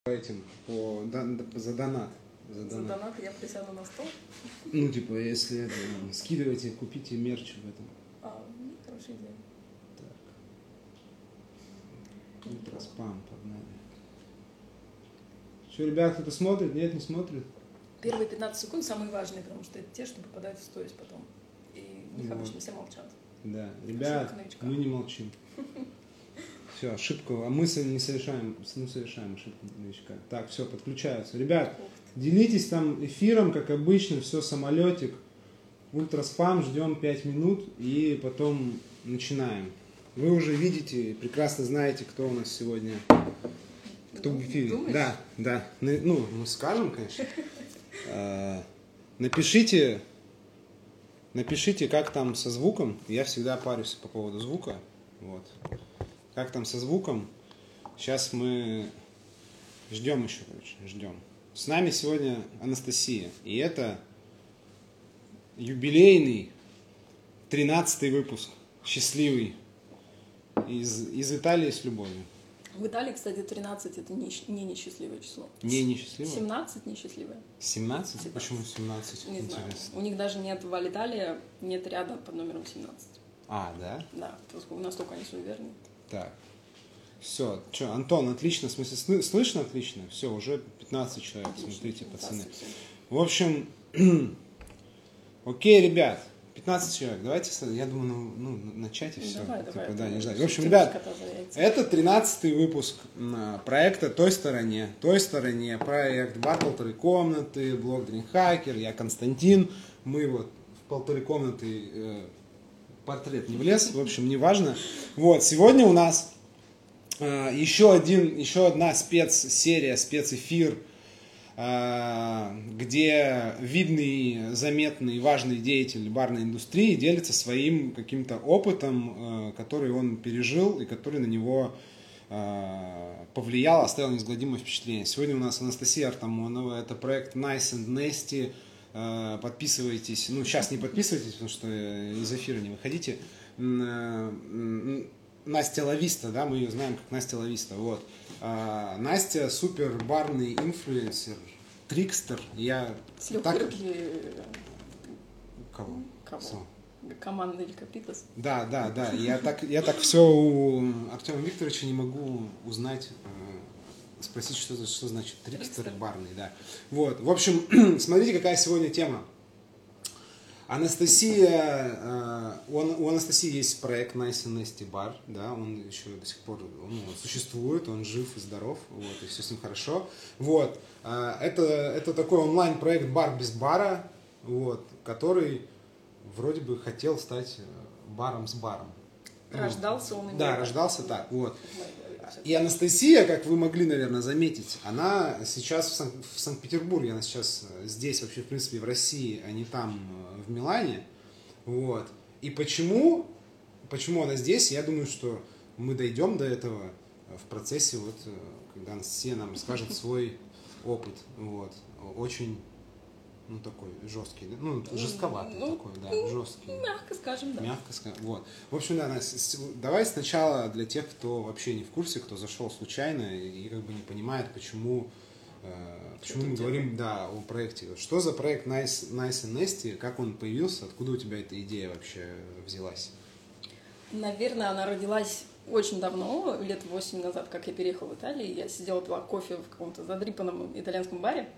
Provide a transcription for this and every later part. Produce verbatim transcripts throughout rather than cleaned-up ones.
этим по, за донат. За донат. За донат я присяду на стол? Ну, типа, если это, скидывайте, купите мерч в этом. А, хорошая идея. Так. Ультраспам, погнали. Что, ребят, кто-то смотрит? Нет, не смотрит? Первые пятнадцать секунд самые важные, потому что это те, что попадают в сторис потом. И в них вот. Обычно все молчат. Да, ребят, мы не молчим. Все, ошибка, а мы не совершаем, ну, совершаем ошибку новичка. Так, все, подключаются. Ребят, делитесь там эфиром, как обычно, все, самолетик. Ультраспам, ждем пять минут и потом начинаем. Вы уже видите, прекрасно знаете, кто у нас сегодня, кто в эфире. Думаешь? Да, да, ну, мы скажем, конечно. Напишите, напишите, как там со звуком. Я всегда парюсь по поводу звука. Вот. Как там со звуком? Сейчас мы ждем еще, короче, ждем. С нами сегодня Анастасия. И это юбилейный тринадцатый выпуск. Счастливый. Из, из Италии с любовью. В Италии, кстати, тринадцать это не, не несчастливое число. Не несчастливое? семнадцать несчастливое. семнадцать? семнадцать. Почему семнадцать? Не Интересно. знаю. У них даже нет в Алиталии, нет ряда под номером семнадцать. А, да? Да, настолько они суеверны. Так. Все. Че, Антон, отлично. В смысле, слышно отлично? Все, уже пятнадцать человек. Отлично. Смотрите, пацаны. В общем, окей, ребят. пятнадцать человек. Давайте, я думаю, ну, ну начать и все. Давай, типа, давай, да, давай. Не знаю. В общем, ребят, это тринадцатый выпуск проекта «Той стороне». «Той стороне» проект «Бар полторы комнаты», блог Дринхакер, я Константин. Мы вот в полторы комнаты, э, портрет не влез, в общем, неважно. Вот, сегодня у нас э, еще, один, еще одна спецсерия, спецэфир, где видный, заметный, важный деятель барной индустрии делится своим каким-то опытом, который он пережил и который на него повлиял, оставил неизгладимое впечатление. Сегодня у нас Анастасия Артамонова, это проект Nice and Nasty. Подписывайтесь, ну сейчас не подписывайтесь, потому что из эфира не выходите. Настя Лависта, да, мы ее знаем как Настя Лависта, вот. А, Настя супер барный инфлюенсер, трикстер. Я с легкой руки. Кого? Кого? Со. Команда Эль Капитас. Да, да, да. Я так, я так все у Артема Викторовича не могу узнать, э, спросить, что, что значит трикстер, трикстер барный, да. Вот. В общем, смотрите, какая сегодня тема. Анастасия, он, у Анастасии есть проект Nice and Nasty Bar, да, он еще до сих пор ну, существует, он жив и здоров, вот, и все с ним хорошо. Вот, это, это такой онлайн-проект «Бар без бара», вот, который вроде бы хотел стать баром с баром. Рождался он. Да, рождался так, вот. И Анастасия, как вы могли, наверное, заметить, она сейчас в, Сан- в Санкт-Петербурге, она сейчас здесь, вообще, в принципе, в России, а не там, в Милане. Вот. И почему, почему она здесь, я думаю, что мы дойдем до этого в процессе, вот, когда Анастасия нам расскажет свой опыт. Вот. Очень, ну, такой жесткий, да? Ну, жестковатый ну, такой, да, жесткий. Мягко скажем, да. Мягко скажем, вот. В общем, да, Настя, давай сначала для тех, кто вообще не в курсе, кто зашел случайно и как бы не понимает, почему, э, почему мы говорим, да, о проекте. Что за проект Nice, Nice and Nasty, как он появился, откуда у тебя эта идея вообще взялась? Наверное, она родилась очень давно, лет восемь назад, как я переехала в Италию. Я сидела, пила кофе в каком-то задрипанном итальянском баре.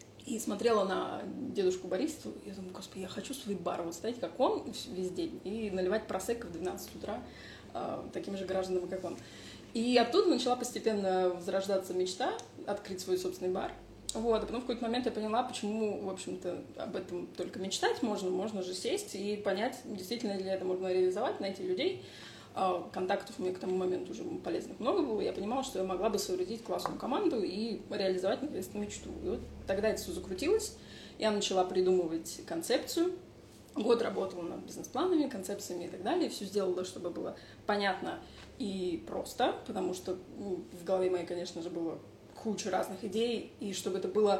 И смотрела на дедушку-баристу, и я думаю, господи, я хочу свой бар, вот стоять как он весь день, и наливать просекко в двенадцать утра э, таким же гражданам, как он. И оттуда начала постепенно возрождаться мечта открыть свой собственный бар. Вот, а потом в какой-то момент я поняла, почему, в общем-то, об этом только мечтать можно, можно же сесть и понять, действительно ли это можно реализовать, найти людей. Контактов у меня к тому моменту уже полезных много было, я понимала, что я могла бы соорудить классную команду и реализовать наконец-то мечту. И вот тогда это все закрутилось, я начала придумывать концепцию, год работала над бизнес-планами, концепциями и так далее, все сделала, чтобы было понятно и просто, потому что ну, в голове моей, конечно же, было куча разных идей, и чтобы это было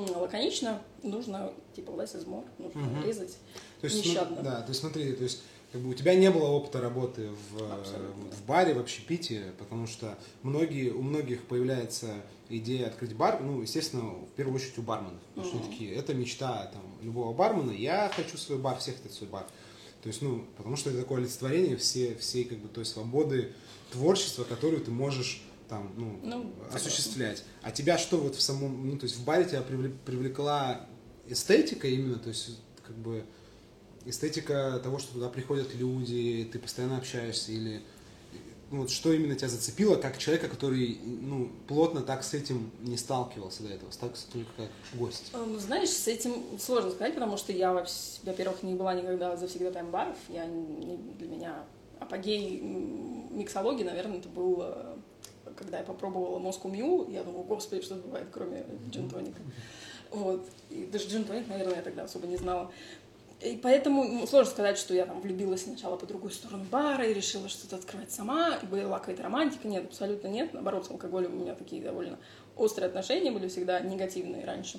лаконично, нужно, типа, less is more, нужно угу. резать то есть, нещадно. Да, то есть смотри, то есть как бы у тебя не было опыта работы в, в баре, в общепите, потому что многие, у многих появляется идея открыть бар, ну, естественно, в первую очередь у барменов, потому что они такие, это мечта там, любого бармена, я хочу свой бар, всех хотят свой бар. То есть, ну, потому что это такое олицетворение всей, всей как бы, той свободы творчества, которую ты можешь там, ну, ну, осуществлять. А тебя что вот в самом, ну, то есть в баре тебя привлекла эстетика именно, то есть, как бы, эстетика того, что туда приходят люди, ты постоянно общаешься, или ну, вот что именно тебя зацепило, как человека, который ну, плотно так с этим не сталкивался до этого, сталкивался только как гость? Знаешь, с этим сложно сказать, потому что я, во-первых, не была никогда завсегдатаем баров, я, для меня апогей миксологии, наверное, это был, когда я попробовала Moscow Mule, я думала, господи, что бывает, кроме джин-тоника. Вот. И даже джин-тоник, наверное, я тогда особо не знала. И поэтому сложно сказать, что я там влюбилась сначала по другую сторону бара и решила что-то открывать сама, и была какая-то романтика. Нет, абсолютно нет. Наоборот, с алкоголем у меня такие довольно острые отношения были всегда, негативные раньше.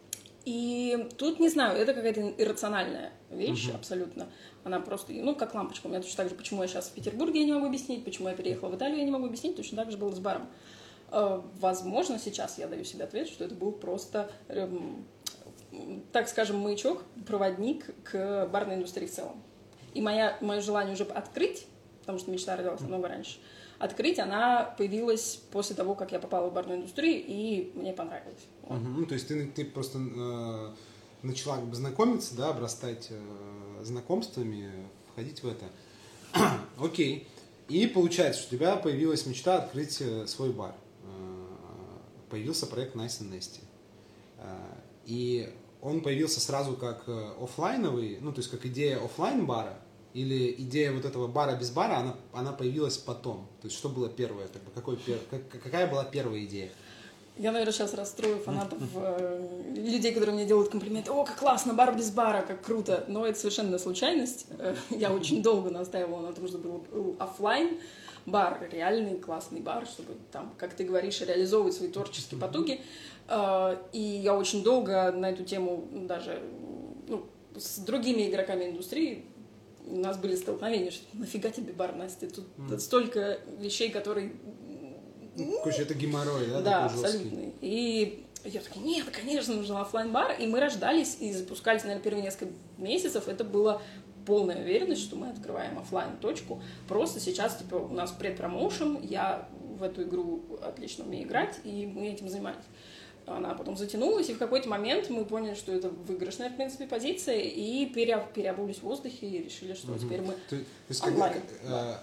И тут, не знаю, это какая-то иррациональная вещь, uh-huh. абсолютно. Она просто, ну, как лампочка. У меня точно так же, почему я сейчас в Петербурге, я не могу объяснить, почему я переехала в Италию, я не могу объяснить, точно так же было с баром. Возможно, сейчас я даю себе ответ, что это был просто... так скажем, маячок, проводник к барной индустрии в целом. И моя, мое желание уже открыть, потому что мечта родилась намного раньше, открыть, она появилась после того, как я попала в барную индустрию, и мне понравилось. Вот. Uh-huh. Ну, то есть ты, ты просто э, начала как бы знакомиться, да, обрастать э, знакомствами, входить в это. Окей. И получается, что у тебя появилась мечта открыть свой бар. Э, появился проект Nice and Nasty. Э, И он появился сразу как офлайновый, ну, то есть как идея офлайн-бара, или идея вот этого бара без бара, она, она появилась потом? То есть что было первое? Как бы, какой, как, какая была первая идея? Я, наверное, сейчас расстрою фанатов, э, людей, которые мне делают комплименты. О, как классно, бар без бара, как круто. Но это совершенно случайность. Я очень долго настаивала на том, чтобы был офлайн бар, реальный классный бар, чтобы там, как ты говоришь, реализовывать свои творческие потуги. И я очень долго на эту тему даже ну, с другими игроками индустрии у нас были столкновения, что нафига тебе бар, Настя, тут mm. столько вещей, которые... Ну, короче, это геморрой, да? Да, абсолютно. И я такая, нет, конечно, нужен офлайн-бар. И мы рождались и запускались, наверное, первые несколько месяцев. Это было полная уверенность, что мы открываем офлайн-точку. Просто сейчас, типа, у нас предпромоушен, я в эту игру отлично умею играть, и мы этим занимались. Она потом затянулась, и в какой-то момент мы поняли, что это выигрышная, в принципе, позиция, и пере, переобулись в воздухе и решили, что угу. теперь мы то, то есть, онлайн. Когда, да.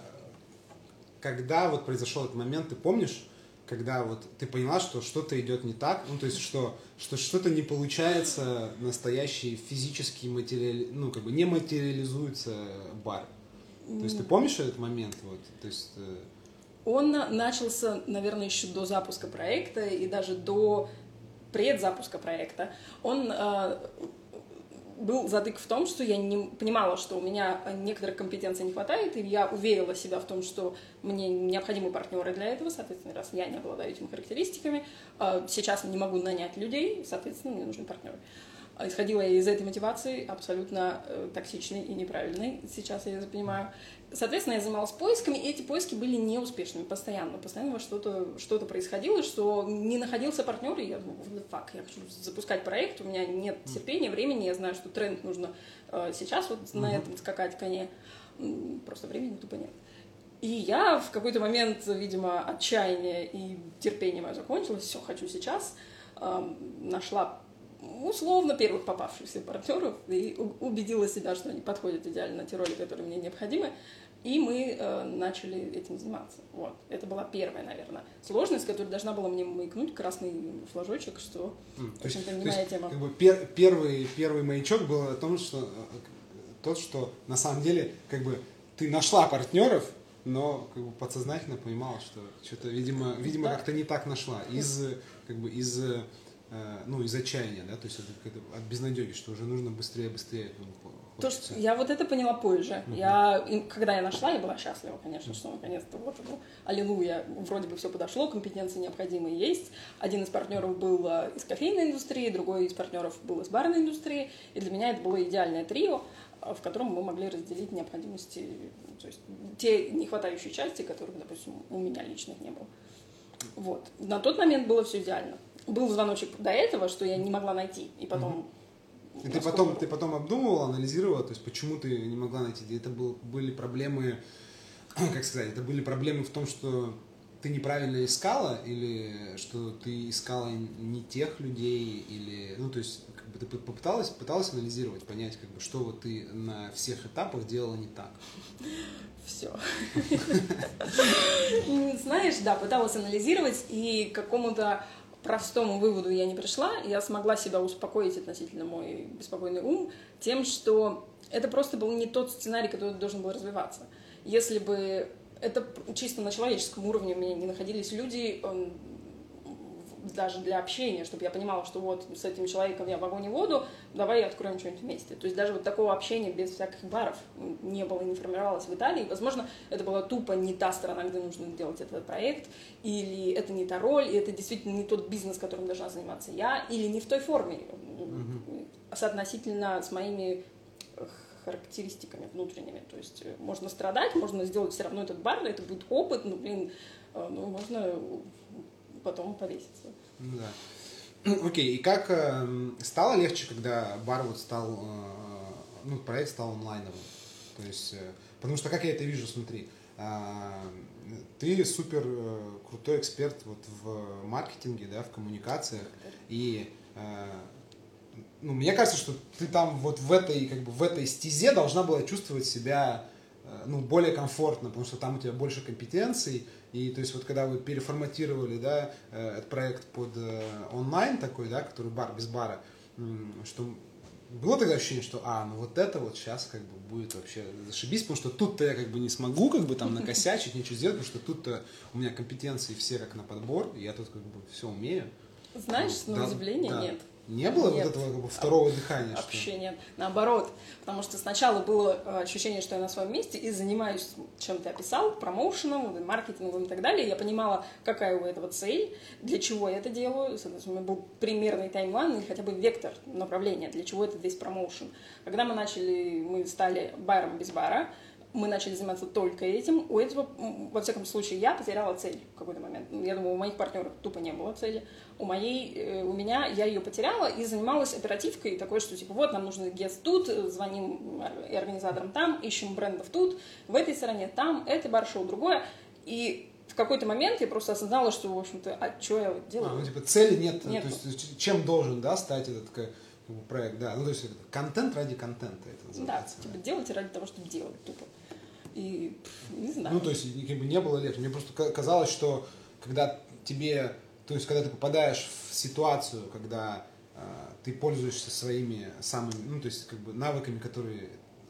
когда вот произошел этот момент, ты помнишь, когда вот ты поняла, что что-то идет не так, ну, то есть, что, что что-то не получается настоящий физический материал, ну, как бы не материализуется бар. То есть, ты помнишь этот момент? Вот, то есть... Он начался, наверное, еще до запуска проекта и даже до предзапуска проекта. Он э, был затык в том, что я не понимала, что у меня некоторых компетенций не хватает, и я уверила себя в том, что мне необходимы партнеры для этого, соответственно, раз я не обладаю этими характеристиками, э, сейчас не могу нанять людей, соответственно, мне нужны партнеры. Исходила я из этой мотивации, абсолютно э, токсичной и неправильной, сейчас я это понимаю. Соответственно, я занималась поисками, и эти поиски были неуспешными постоянно. Постоянно что-то, что-то происходило, что не находился партнер, и я думала, what the fuck, я хочу запускать проект, у меня нет терпения, времени, я знаю, что тренд нужно э, сейчас вот mm-hmm. на этом скакать коне, просто времени тупо нет. И я в какой-то момент, видимо, отчаяние и терпение мое закончилось, все, хочу сейчас, э, нашла условно первых попавшихся партнеров и убедила себя, что они подходят идеально на те роли, которые мне необходимы, и мы э, начали этим заниматься. Вот. Это была первая, наверное, сложность, которая должна была мне маякнуть, красный флажочек, что, mm, в общем-то, не моя тема. Как бы пер, первый, первый маячок был о том, что тот, что на самом деле как бы ты нашла партнеров, но как бы подсознательно понимала, что что-то, видимо, видимо да. как-то не так нашла из как бы из ну, из отчаяния, да, то есть это от безнадеги, что уже нужно быстрее, быстрее. Ну, то, что я вот это поняла позже. Uh-huh. Я, когда я нашла, я была счастлива, конечно, uh-huh. что наконец-то вот, ну, аллилуйя, вроде бы все подошло, компетенции необходимые есть. Один из партнеров был из кофейной индустрии, другой из партнеров был из барной индустрии, и для меня это было идеальное трио. в котором мы могли разделить необходимости, то есть те нехватающие части, которых, допустим, у меня личных не было. Вот. На тот момент было все идеально. Был звоночек до этого, что я не могла найти, и потом... И ты потом, ты потом обдумывала, анализировала, то есть почему ты не могла найти? Это был, были проблемы, как сказать, это были проблемы в том, что ты неправильно искала, или что ты искала не тех людей, или, ну, то есть, как бы ты попыталась, пыталась анализировать, понять, как бы, что вот ты на всех этапах делала не так? Все. Знаешь, да, пыталась анализировать, и к какому-то простому выводу я не пришла. Я смогла себя успокоить относительно мой беспокойный ум тем, что это просто был не тот сценарий, который должен был развиваться. Если бы это чисто на человеческом уровне у меня не находились люди, даже для общения, чтобы я понимала, что вот с этим человеком я в огонь и воду, давай откроем что-нибудь вместе. То есть даже вот такого общения без всяких баров не было, не формировалось в Италии. Возможно, это была тупо не та сторона, где нужно делать этот проект, или это не та роль, и это действительно не тот бизнес, которым должна заниматься я, или не в той форме, mm-hmm. соотносительно с моими характеристиками внутренними. То есть можно страдать, можно сделать все равно этот бар, это будет опыт, ну, блин, ну, можно потом повеситься. Ну, да. Окей, и как э, стало легче, когда бар вот стал, э, ну, проект стал онлайновым? То есть, э, потому что, как я это вижу, смотри, э, ты супер э, крутой эксперт вот в маркетинге, да, в коммуникациях, и э, ну, мне кажется, что ты там вот в этой, как бы, в этой стезе должна была чувствовать себя э, ну, более комфортно, потому что там у тебя больше компетенций. И то есть вот когда вы переформатировали, да, этот проект под онлайн такой, да, который бар без бара, что было тогда ощущение, что а, ну вот это вот сейчас как бы будет вообще зашибись, потому что тут-то я как бы не смогу как бы там накосячить, ничего сделать, потому что тут-то у меня компетенции все как на подбор, и я тут как бы все умею. Знаешь, ну, на удивление да. Нет. Не было нет. вот этого как бы второго дыхания? Вообще что? Нет, наоборот. Потому что сначала было ощущение, что я на своем месте и занимаюсь, чем ты описал, промоушеном, маркетингом и так далее. Я понимала, какая у этого цель, для чего я это делаю. Соответственно, у меня был примерный таймлайн или хотя бы вектор направления, для чего это весь промоушен. Когда мы начали, мы стали баром без бара, мы начали заниматься только этим. У этого, во всяком случае, я потеряла цель в какой-то момент. Я думаю, у моих партнеров тупо не было цели. У моей, у меня, я ее потеряла и занималась оперативкой такой, что типа вот нам нужен гест тут, звоним и организаторам там, ищем брендов тут, в этой стороне там, это бар-шоу другое. И в какой-то момент я просто осознала, что, в общем-то, а что я делаю? А, ну, типа, цели нет, нет. То есть, чем должен, да, стать этот проект, да, ну, то есть, контент ради контента это называется. Да, типа, делайте ради того, чтобы делать, тупо. И не знаю. Ну, то есть, как бы не было легче. Мне просто казалось, что когда тебе, то есть, когда ты попадаешь в ситуацию, когда э, ты пользуешься своими самыми, ну, то есть, как бы навыками, которые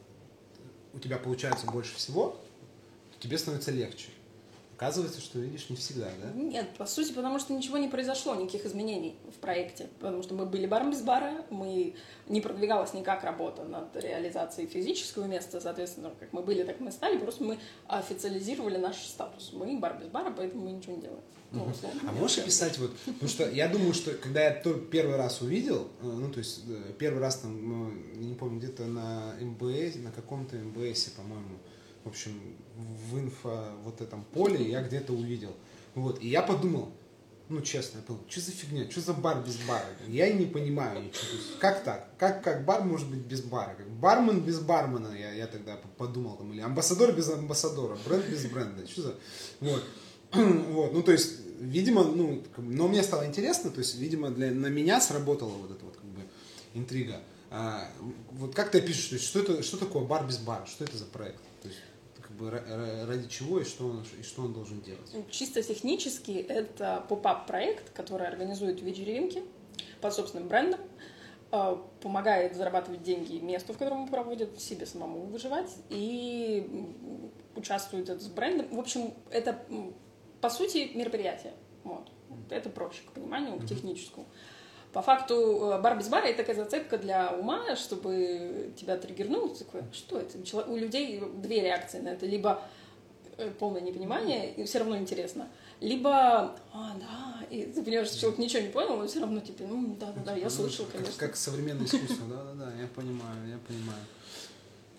у тебя получаются больше всего, то тебе становится легче. Оказывается, что, видишь, не всегда, да? Нет, по сути, потому что ничего не произошло, никаких изменений в проекте. Потому что мы были баром без бара, мы не продвигалась никак работа над реализацией физического места, соответственно, как мы были, так мы стали, просто мы официализировали наш статус. Мы бар без бара, поэтому мы ничего не делаем. Ну, условно, а можешь описать, вот, потому что я думаю, что когда я то первый раз увидел, ну, то есть первый раз там, ну, не помню, где-то на эм бэ эс, на каком-то эм бэ эсе, по-моему, в общем, в инфо вот этом поле я где-то увидел. Вот, и я подумал, ну, честно, я подумал, что за фигня, что за бар без бара? Я не понимаю ничего. То есть, как так? Как, как бар может быть без бара? Как бармен без бармена, я, я тогда подумал, там, или амбассадор без амбассадора, бренд без бренда. Что за... Вот. Вот, ну, то есть, видимо, ну, но мне стало интересно, то есть, видимо, для, на меня сработала вот эта вот, как бы, интрига. А, вот как ты пишешь, то есть, что, это, что такое бар без бара? Что это за проект? То есть, как бы, ради чего и что, он, и что он должен делать? Чисто технически это поп-ап проект, который организует вечеринки под собственным брендом, помогает зарабатывать деньги месту, в котором он проводит, себе самому выживать, и участвует с брендом. В общем, это, по сути, мероприятие. Вот. Это проще к пониманию, к техническому. По факту, бар без бара — это такая зацепка для ума, чтобы тебя триггернуло. Такое, что это? У людей две реакции на это. Либо полное непонимание, и все равно интересно. Либо, а, да, и ты понимаешь, что человек ничего не понял, но все равно тебе, ну, да-да-да, я слышал, конечно. Как, как современное искусство, да-да-да, я понимаю, я понимаю.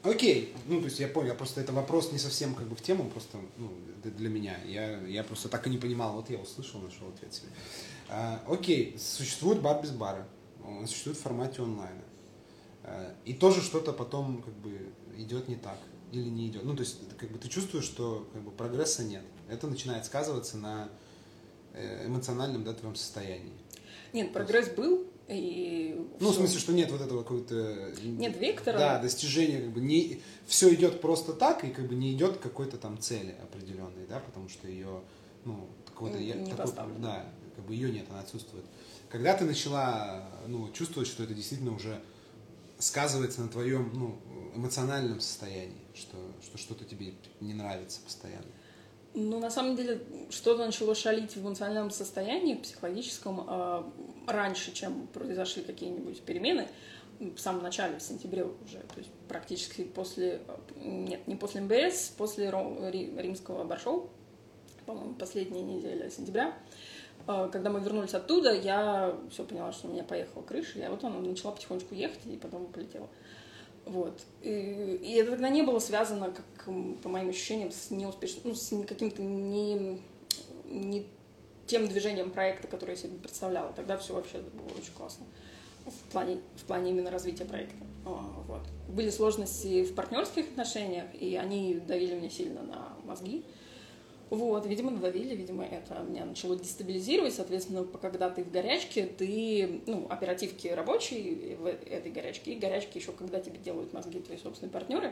Окей, ну, то есть я понял, просто это вопрос не совсем как бы в тему, просто ну, для меня. Я, я просто так и не понимал, вот я услышал, нашел ответ себе. А, окей, существует бар без бара, он существует в формате онлайна. А, и тоже что-то потом как бы идет не так или не идет. Ну, то есть как бы ты чувствуешь, что как бы прогресса нет. Это начинает сказываться на эмоциональном, да, твоем состоянии. Нет, прогресс был. И ну, все. В смысле, что нет вот этого какого-то... Нет вектора. Да, достижения, как бы не... Все идет просто так, и как бы не идет к какой-то там цели определенной, да, потому что ее, ну, какой-то... Не такой, поставлено. Да, как бы ее нет, она отсутствует. Когда ты начала, ну, чувствовать, что это действительно уже сказывается на твоем, ну, эмоциональном состоянии, что, что что-то тебе не нравится постоянно? Ну, на самом деле, что-то начало шалить в эмоциональном состоянии, психологическом, э, раньше, чем произошли какие-нибудь перемены, в самом начале, в сентябре уже, то есть практически после, нет, не после эм бэ эс, после римского баршоу, по-моему, последняя неделя сентября, э, когда мы вернулись оттуда, я все поняла, что у меня поехала крыша, я вот она начала потихонечку ехать, и потом полетела. Вот. И, и это тогда не было связано, как, по моим ощущениям, с неуспешным, ну, с каким-то не, не тем движением проекта, которое я себе представляла. Тогда все вообще было очень классно в плане, в плане именно развития проекта. Вот. Были сложности в партнерских отношениях, и они давили мне сильно на мозги. Вот, видимо, надавили, видимо, это меня начало дестабилизировать, соответственно, когда ты в горячке, ты, ну, оперативки рабочие в этой горячке, и горячки еще, когда тебе делают мозги твои собственные партнеры,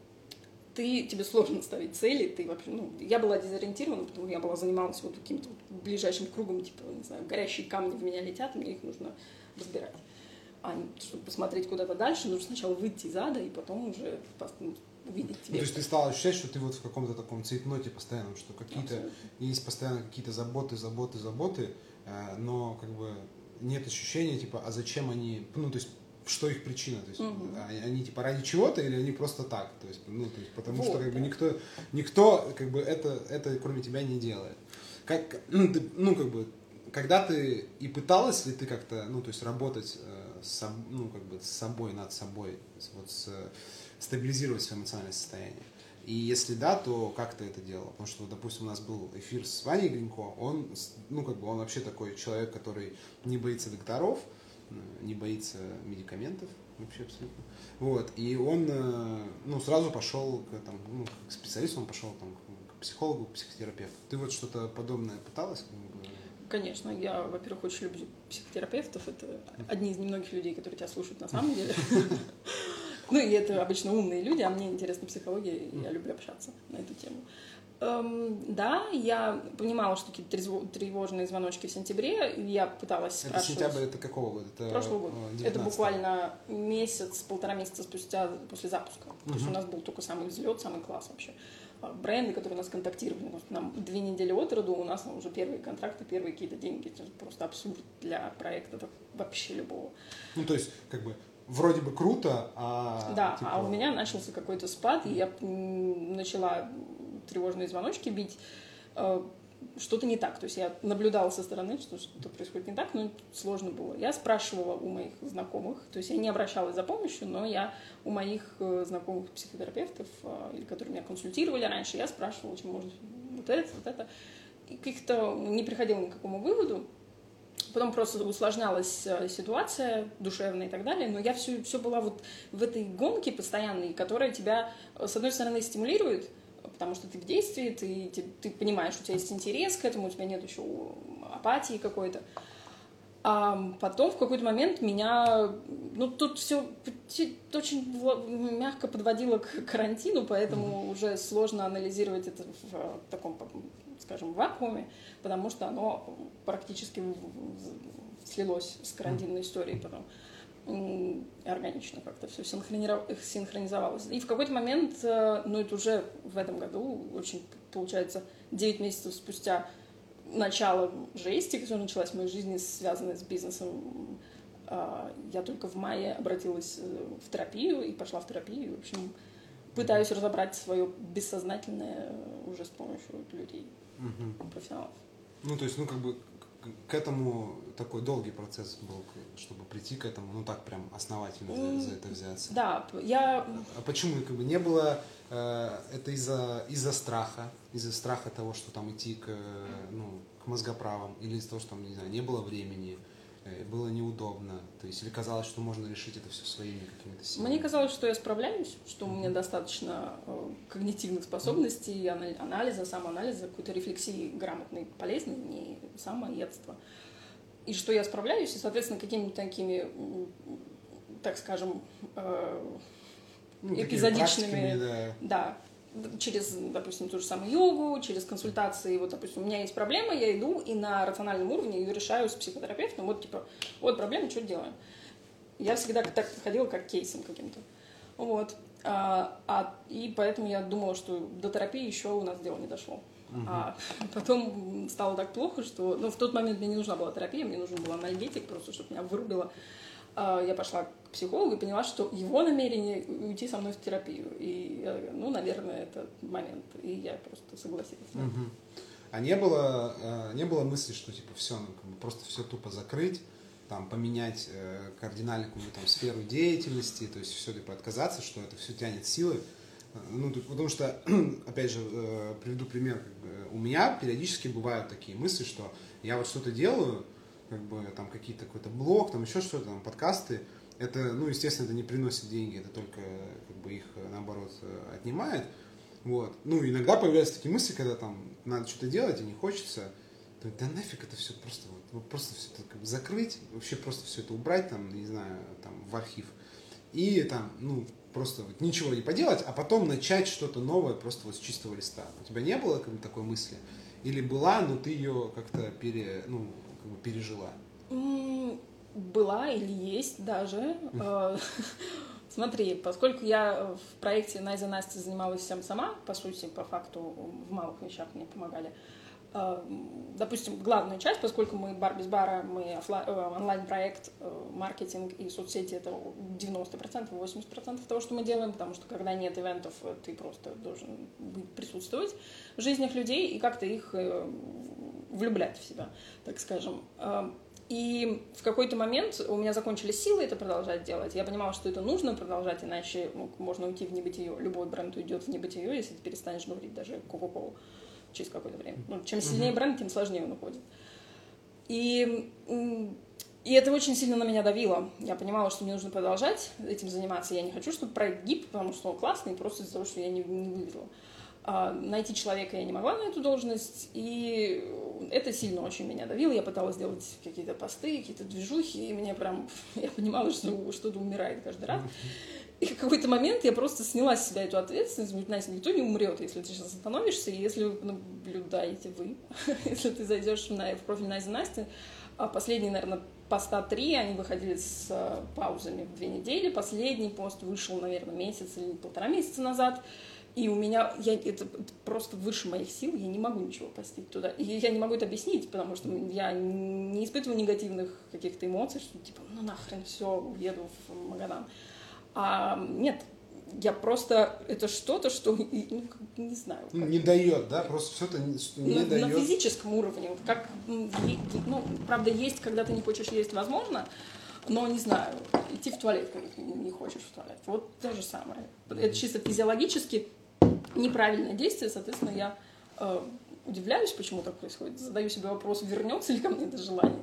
ты, тебе сложно ставить цели, ты вообще, ну, я была дезориентирована, потому что я была занималась вот каким-то вот ближайшим кругом, типа, не знаю, горящие камни в меня летят, и мне их нужно разбирать. А чтобы посмотреть куда-то дальше, нужно сначала выйти из ада, и потом уже увидеть тебя. Ну, то есть ты стала ощущать, что ты вот в каком-то таком цейтноте постоянном, что какие-то Абсолютно. Есть постоянно какие-то заботы, заботы, заботы, но как бы нет ощущения, типа, а зачем они, ну, то есть, что их причина, то есть, угу. они, они типа ради чего-то или они просто так, то есть, ну, то есть, потому вот, что как да. бы никто, никто как бы это, это кроме тебя не делает. Как, ну, ты, ну, как бы, когда ты и пыталась ли ты как-то, ну, то есть, работать, с, ну, как бы, с собой, над собой, вот с стабилизировать свое эмоциональное состояние. И если да, то как ты это делал? Потому что, допустим, у нас был эфир с Ваней Гринько, он, ну, как бы, он вообще такой человек, который не боится докторов, не боится медикаментов, вообще абсолютно. Вот, и он, ну, сразу пошел к, там, ну, к специалисту, он пошел там, к психологу, к психотерапевту. Ты вот что-то подобное пыталась? Конечно, я, во-первых, очень люблю психотерапевтов, это одни из немногих людей, которые тебя слушают на самом деле. Ну, и это обычно умные люди, а мне интересна психология, и я люблю общаться на эту тему. Эм, да, я понимала, что какие-то тревожные звоночки в сентябре, я пыталась это спрашивать... Это сентябрь, это какого года? Это прошлого года. Это буквально месяц, полтора месяца спустя, после запуска. Uh-huh. То есть у нас был только самый взлет, самый класс вообще. Бренды, которые нас контактировали, нам две недели от роду, у нас уже первые контракты, первые какие-то деньги. Это просто абсурд для проекта вообще любого. Ну, то есть, как бы, вроде бы круто, а... Да, типа... а у меня начался какой-то спад, и я начала тревожные звоночки бить. Что-то не так. То есть я наблюдала со стороны, что что-то происходит не так, но сложно было. Я спрашивала у моих знакомых, то есть я не обращалась за помощью, но я у моих знакомых психотерапевтов, которые меня консультировали раньше, я спрашивала, чем может вот это, вот это. И как-то не приходила ни к какому выводу. Потом просто усложнялась ситуация душевная и так далее, но я все, все была вот в этой гонке постоянной, которая тебя, с одной стороны, стимулирует, потому что ты в действии, ты, ты, ты понимаешь, у тебя есть интерес к этому, у тебя нет еще апатии какой-то. А потом в какой-то момент меня, ну, тут все очень мягко подводило к карантину, поэтому mm-hmm. уже сложно анализировать это в таком, скажем, вакууме, потому что оно практически слилось с карантинной историей потом. Органично как-то все синхронизовалось. И в какой-то момент, ну это уже в этом году, очень, получается, девять месяцев спустя начало жести, которая началась в моей жизни, связанной с бизнесом, я только в мае обратилась в терапию и пошла в терапию. В общем, пытаюсь разобрать свое бессознательное уже с помощью людей, угу. профессионалов. Ну, то есть, ну, как бы, к этому такой долгий процесс был, чтобы прийти к этому, ну так прям основательно за, за это взяться. Да, я... А почему как бы не было, э, это из-за из-за страха, из-за страха того, что там идти к, ну, к мозгоправам, или из-за того, что там, не знаю, не было времени, э, было неудобно, то есть или казалось, что можно решить это все своими какими-то силами? Мне казалось, что я справляюсь, что у меня достаточно э, когнитивных способностей, анализа, самоанализа, какой-то рефлексии грамотной, полезной, не самоедства. И что я справляюсь, и, соответственно, какими-то такими, так скажем, э, ну, эпизодичными, да. да, через, допустим, ту же самую йогу, через консультации, вот, допустим, у меня есть проблема, я иду и на рациональном уровне ее решаю с психотерапевтом, вот, типа, вот проблема, что делаем? Я всегда так подходила как к кейсам каким-то, вот, а, а, и поэтому я думала, что до терапии еще у нас дело не дошло. Uh-huh. А потом стало так плохо, что... Ну, в тот момент мне не нужна была терапия, мне нужен был анальгетик, просто чтобы меня вырубило. А я пошла к психологу и поняла, что его намерение уйти со мной в терапию. И, ну, наверное, это момент. И я просто согласилась. Uh-huh. А не было, не было мысли, что, типа, все, ну, как бы просто все тупо закрыть, там, поменять э, кардинально какую-то там сферу деятельности, то есть все, типа, отказаться, что это все тянет силы? Ну, потому что, опять же, приведу пример, как бы, у меня периодически бывают такие мысли, что я вот что-то делаю, как бы там какие-то какой-то блог, там еще что-то, там подкасты, это, ну, естественно, это не приносит деньги, это только как бы их, наоборот, отнимает, вот. Ну, иногда появляются такие мысли, когда там надо что-то делать и не хочется, то, да нафиг это все просто, вот, просто все это как бы закрыть, вообще просто все это убрать, там, не знаю, там, в архив, и там, ну, просто вот ничего не поделать, а потом начать что-то новое просто вот с чистого листа. У тебя не было как бы такой мысли? Или была, но ты ее как-то пере, ну, как бы пережила? Была или есть даже. Смотри, поскольку я в проекте Найза Настя занималась всем сама, по сути, по факту в малых вещах мне помогали, допустим, главную часть, поскольку мы бар без бара, мы онлайн-проект, маркетинг и соцсети — это девяносто процентов, восемьдесят процентов того, что мы делаем, потому что когда нет ивентов, ты просто должен присутствовать в жизнях людей и как-то их влюблять в себя, так скажем. И в какой-то момент у меня закончились силы это продолжать делать. Я понимала, что это нужно продолжать, иначе, ну, можно уйти в небытие. Любой бренд уйдет в небытие, если ты перестанешь говорить даже Coca-Cola через какое-то время. Ну, чем сильнее бренд, тем сложнее он уходит. И, и это очень сильно на меня давило. Я понимала, что мне нужно продолжать этим заниматься. Я не хочу, чтобы проект гиб, потому что он классный, просто из-за того, что я не, не вывезла. А найти человека я не могла на эту должность, и это сильно очень меня давило. Я пыталась делать какие-то посты, какие-то движухи, и мне прям... Я понимала, что что-то умирает каждый раз. И в какой-то момент я просто сняла с себя эту ответственность. Настя, никто не умрет, если ты сейчас остановишься, и если вы наблюдаете вы, если ты зайдешь на, в профиль Найза Насти, последние, наверное, поста три, они выходили с паузами в две недели. Последний пост вышел, наверное, месяц или полтора месяца назад. И у меня, я, это просто выше моих сил, я не могу ничего постить туда. И я не могу это объяснить, потому что я не испытываю негативных каких-то эмоций, что типа, ну нахрен, все, уеду в Магадан. А нет, я просто, это что-то, что, ну, не знаю. Как... Не дает, да? Просто что-то не, не на, дает. На физическом уровне. Вот как, ну, правда, есть, когда ты не хочешь есть, возможно, но, не знаю, идти в туалет, когда ты не хочешь в туалет. Вот то же самое. Это чисто физиологически неправильное действие, соответственно, я э, удивляюсь, почему так происходит. Задаю себе вопрос, вернется ли ко мне это желание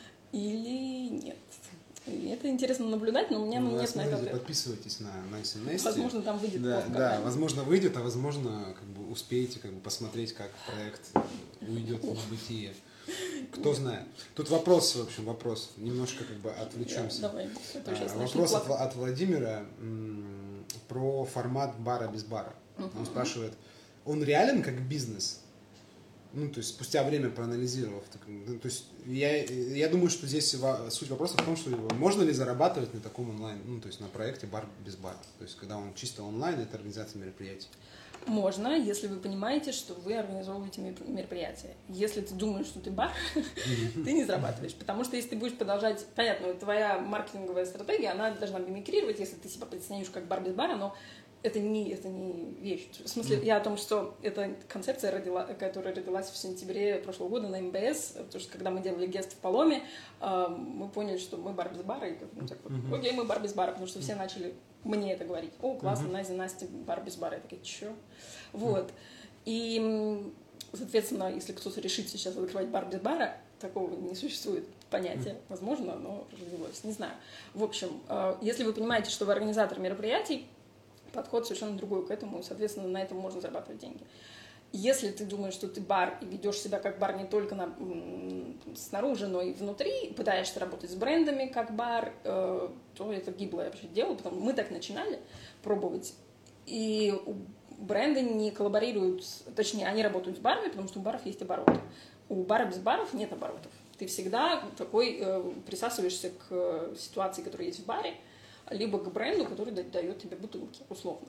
или нет. И это интересно наблюдать, но у меня ну, нет на это ответа. Подписывайтесь на Найза Насти. Возможно, там выйдет. Да, да, возможно, выйдет, а возможно, как бы успеете как бы посмотреть, как проект уйдет в небытие. Кто знает. Тут вопрос, в общем, вопрос. Немножко как бы отвлечемся. Да, давай. А, вопрос от, от Владимира м, про формат бара без бара. Uh-huh. Он спрашивает, он реален как бизнес? Ну, то есть, спустя время проанализировав. Так, ну, то есть, я, я думаю, что здесь суть вопроса в том, что можно ли зарабатывать на таком онлайн, ну, то есть, на проекте бар без бара. То есть, когда он чисто онлайн, это организация мероприятий. Можно, если вы понимаете, что вы организовываете мероприятие. Если ты думаешь, что ты бар, ты не зарабатываешь. Потому что если ты будешь продолжать... Понятно, твоя маркетинговая стратегия, она должна мимикрировать, если ты себя позиционируешь как бар без бара, но это не, это не вещь. В смысле, mm. я о том, что эта концепция, родила, которая родилась в сентябре прошлого года на эм бэ эс, потому что когда мы делали гест в Паломе, э, мы поняли, что мы бар без бара, и ну, так вот, mm-hmm. окей, мы бар без бара, потому что все начали мне это говорить. О, классно, mm-hmm. Настя, Настя, бар без бара. Я такая, чё? Вот. Mm-hmm. И, соответственно, если кто-то решит сейчас открывать бар без бара, такого не существует понятия. Mm-hmm. Возможно, оно развилось, не знаю. В общем, э, если вы понимаете, что вы организатор мероприятий, подход совершенно другой к этому, и, соответственно, на этом можно зарабатывать деньги. Если ты думаешь, что ты бар и ведешь себя как бар не только на, снаружи, но и внутри, пытаешься работать с брендами как бар, э, то это гиблое вообще дело, потому что мы так начинали пробовать, и бренды не коллаборируют, точнее, они работают с барами, потому что у баров есть обороты. У бара без баров нет оборотов. Ты всегда такой э, присасываешься к ситуации, которая есть в баре, либо к бренду, который дает тебе бутылки, условно.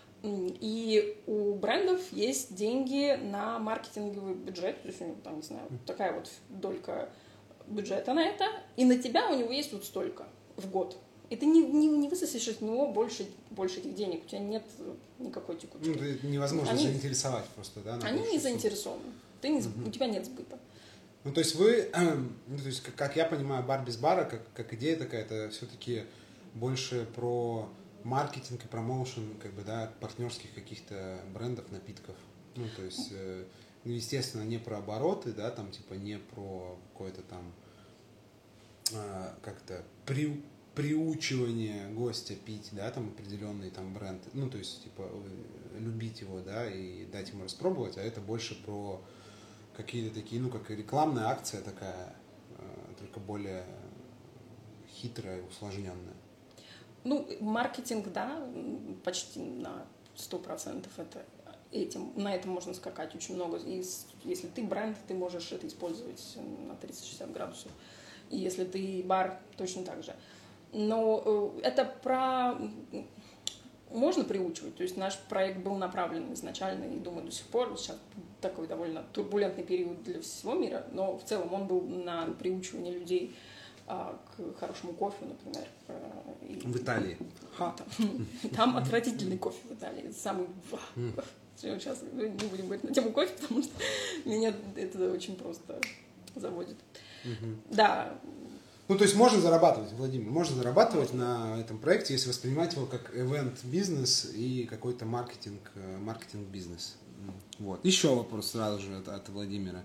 И у брендов есть деньги на маркетинговый бюджет, то есть у него там, не знаю, такая вот долька бюджета на это, и на тебя у него есть вот столько в год. И ты не, не, не высосешь от него больше, больше этих денег, у тебя нет никакой текучки. Ну, это невозможно они, заинтересовать просто, да? Они не заинтересованы, ты не, угу. У тебя нет сбыта. Ну, то есть вы, ну, то есть, как, как я понимаю, бар без бара, как, как идея такая, это все-таки больше про маркетинг и промоушен, как бы, да, партнерских каких-то брендов, напитков. Ну, то есть, э, ну, естественно, не про обороты, да, там, типа, не про какое-то там э, как-то при, приучивание гостя пить, да, там, определенный там бренд. Ну, то есть, типа, любить его, да, и дать ему распробовать, а это больше про какие-то такие, ну, как рекламная акция такая, э, только более хитрая и усложненная. Ну, маркетинг, да, почти на сто процентов это этим, на этом можно скакать очень много. И если ты бренд, ты можешь это использовать на тридцать-шестьдесят градусов. И если ты бар, точно так же. Но это про... Можно приучивать. То есть наш проект был направлен изначально, и, думаю, до сих пор, сейчас такой довольно турбулентный период для всего мира, но в целом он был на приучивание людей к хорошему кофе, например. В Италии. Ха, там, там отвратительный кофе в Италии. Самый... Сейчас не будем говорить на тему кофе, потому что меня это очень просто заводит. Да. Ну, то есть можно зарабатывать, Владимир, можно зарабатывать на этом проекте, если воспринимать его как ивент-бизнес и какой-то маркетинг, маркетинг-бизнес. Вот. Еще вопрос сразу же от, от Владимира.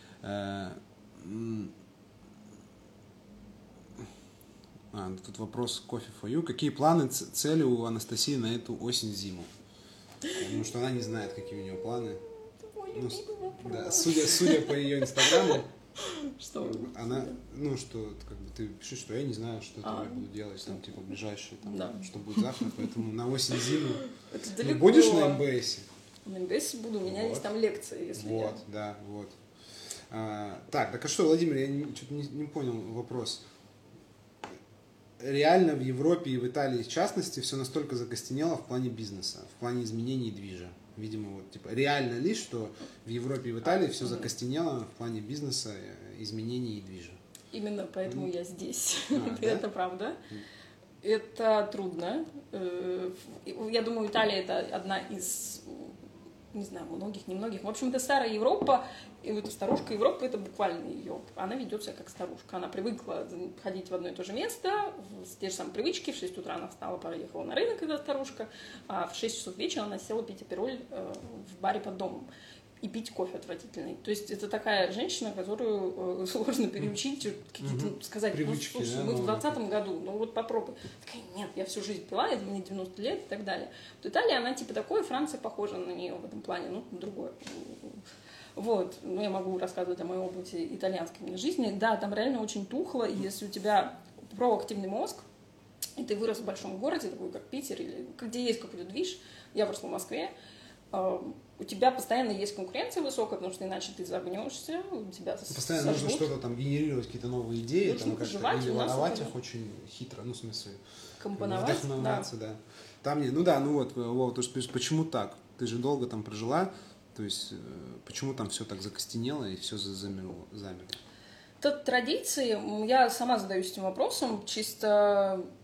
А, тут вопрос Coffee for You. Какие планы, цели у Анастасии на эту осень-зиму? Потому что она не знает, какие у нее планы. Ну, да, судя, судя по ее инстаграму, что? Она, ну, что, как бы ты пишешь, что я не знаю, что а, я буду делать, там, типа, ближайшее, там, да. Что будет завтра, поэтому на осень-зиму. Ну, будешь на эм бэ эсе? На эм бэ эсе буду, у меня вот. Есть там лекции, если Вот, я... да, вот. А, так, так а что, Владимир, я не, что-то не, не понял вопрос. Реально в Европе и в Италии, в частности, все настолько закостенело в плане бизнеса, в плане изменений движа. Видимо, вот, типа, реально ли, что в Европе и в Италии все закостенело в плане бизнеса, изменений и движа? Именно поэтому mm. я здесь. А, это да? Правда. Mm. Это трудно. Я думаю, Италия — это одна из, не знаю, многих, немногих. В общем, это старая Европа, и вот старушка Европы — это буквально ее. Она ведет себя как старушка. Она привыкла ходить в одно и то же место, с те же самые привычки. В шесть утра она встала, поехала на рынок, когда старушка, а в шесть часов вечера она села пить апероль в баре под домом и пить кофе отвратительный. То есть это такая женщина, которую сложно переучить, какие-то, mm-hmm. сказать, привычки, ну, слушай, да, мы в двадцатом году, ну вот попробуй. Такая, нет, я всю жизнь пила, мне девяносто лет и так далее. Вот Италия, она типа такой, Франция похожа на нее в этом плане, ну, другое. Вот, ну, я могу рассказывать о моем опыте итальянской жизни. Да, там реально очень тухло, и если у тебя проактивный мозг, и ты вырос в большом городе, такой как Питер, или где есть какой-то движ, я выросла в Москве, у тебя постоянно есть конкуренция высокая, потому что иначе ты загнешься, у тебя постоянно сожгут. Нужно что-то там генерировать, какие-то новые идеи, нужно там как-то или воровать их очень хитро, ну, в смысле, компоновать, да. да. Там не, ну да, ну вот, вот, то, что, почему так? Ты же долго там прожила, то есть почему там все так закостенело и все замерло? замерло? Это традиции, я сама задаюсь этим вопросом, чисто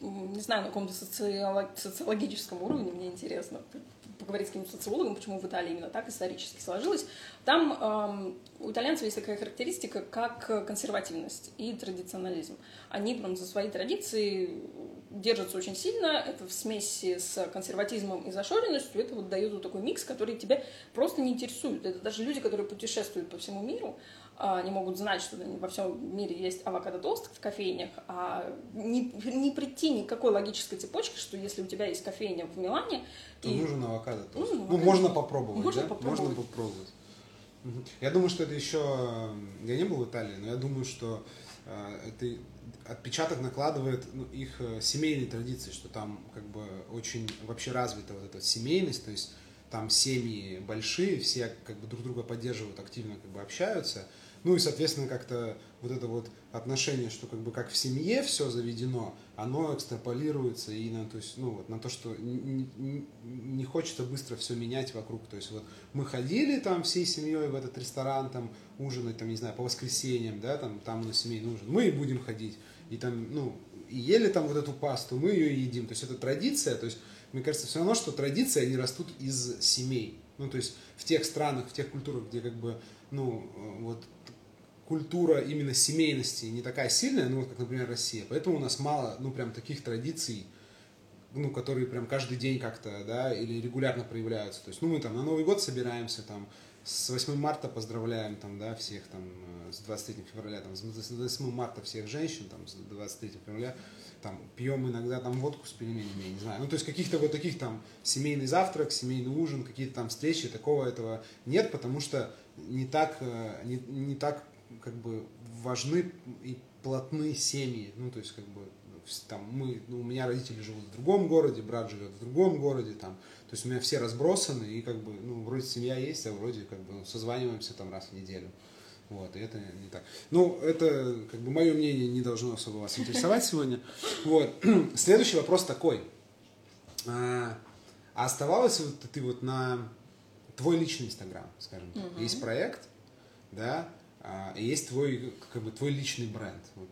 не знаю, на каком-то социолог, социологическом уровне, мне интересно поговорить с каким-то социологом, почему в Италии именно так исторически сложилось. Там эм, у итальянцев есть такая характеристика, как консервативность и традиционализм. Они прям за свои традиции держатся очень сильно, это в смеси с консерватизмом и зашоренностью, это вот дает вот такой микс, который тебя просто не интересует. Это даже люди, которые путешествуют по всему миру, они могут знать, что во всем мире есть авокадо-тост в кофейнях, а не, не прийти никакой логической цепочки, что если у тебя есть кофейня в Милане... То и... нужен авокадо-тост. Нужен ну, авокадо. можно попробовать, можно да? Попробовать. Можно попробовать. Угу. Я думаю, что это еще... Я не был в Италии, но я думаю, что э, это отпечаток накладывает ну, их семейные традиции, что там как бы очень вообще развита вот эта семейность, то есть там семьи большие, все как бы друг друга поддерживают, активно как бы общаются. Ну и, соответственно, как-то вот это вот отношение, что как бы как в семье все заведено, оно экстраполируется и на, то есть, ну, вот, на то, что не, не, не хочется быстро все менять вокруг. То есть вот мы ходили там всей семьей в этот ресторан, там ужинать, там, не знаю, по воскресеньям, да, там, там у нас семейный ужин, мы и будем ходить. И там, ну, и ели там вот эту пасту, мы ее и едим. То есть это традиция, то есть мне кажется, все равно, что традиции, они растут из семей. Ну, то есть в тех странах, в тех культурах, где как бы, ну, вот культура именно семейности не такая сильная, ну, вот как, например, Россия. Поэтому у нас мало, ну, прям таких традиций, ну, которые прям каждый день как-то, да, или регулярно проявляются. То есть, ну, мы там на Новый год собираемся, там, с восьмым марта поздравляем, там, да, всех, там, с двадцать третьим февраля, там, с восьмым марта всех женщин, там, с двадцать третьего февраля, там, пьем иногда, там, водку с пельменями, я не знаю. Ну, то есть, каких-то вот таких, там, семейный завтрак, семейный ужин, какие-то там встречи, такого этого нет, потому что не так, не, не так, как бы, важны и плотны семьи, ну, то есть, как бы, там, мы, ну, у меня родители живут в другом городе, брат живет в другом городе, там, то есть у меня все разбросаны, и как бы, ну, вроде семья есть, а вроде как бы ну, созваниваемся там раз в неделю. Вот, и это не так. Ну, это, как бы, мое мнение не должно особо вас интересовать сегодня. Вот. Следующий вопрос такой. А оставалась вот ты вот на твой личный Инстаграм, скажем так. Uh-huh. Есть проект, да, и есть твой, как бы, твой личный бренд. Вот.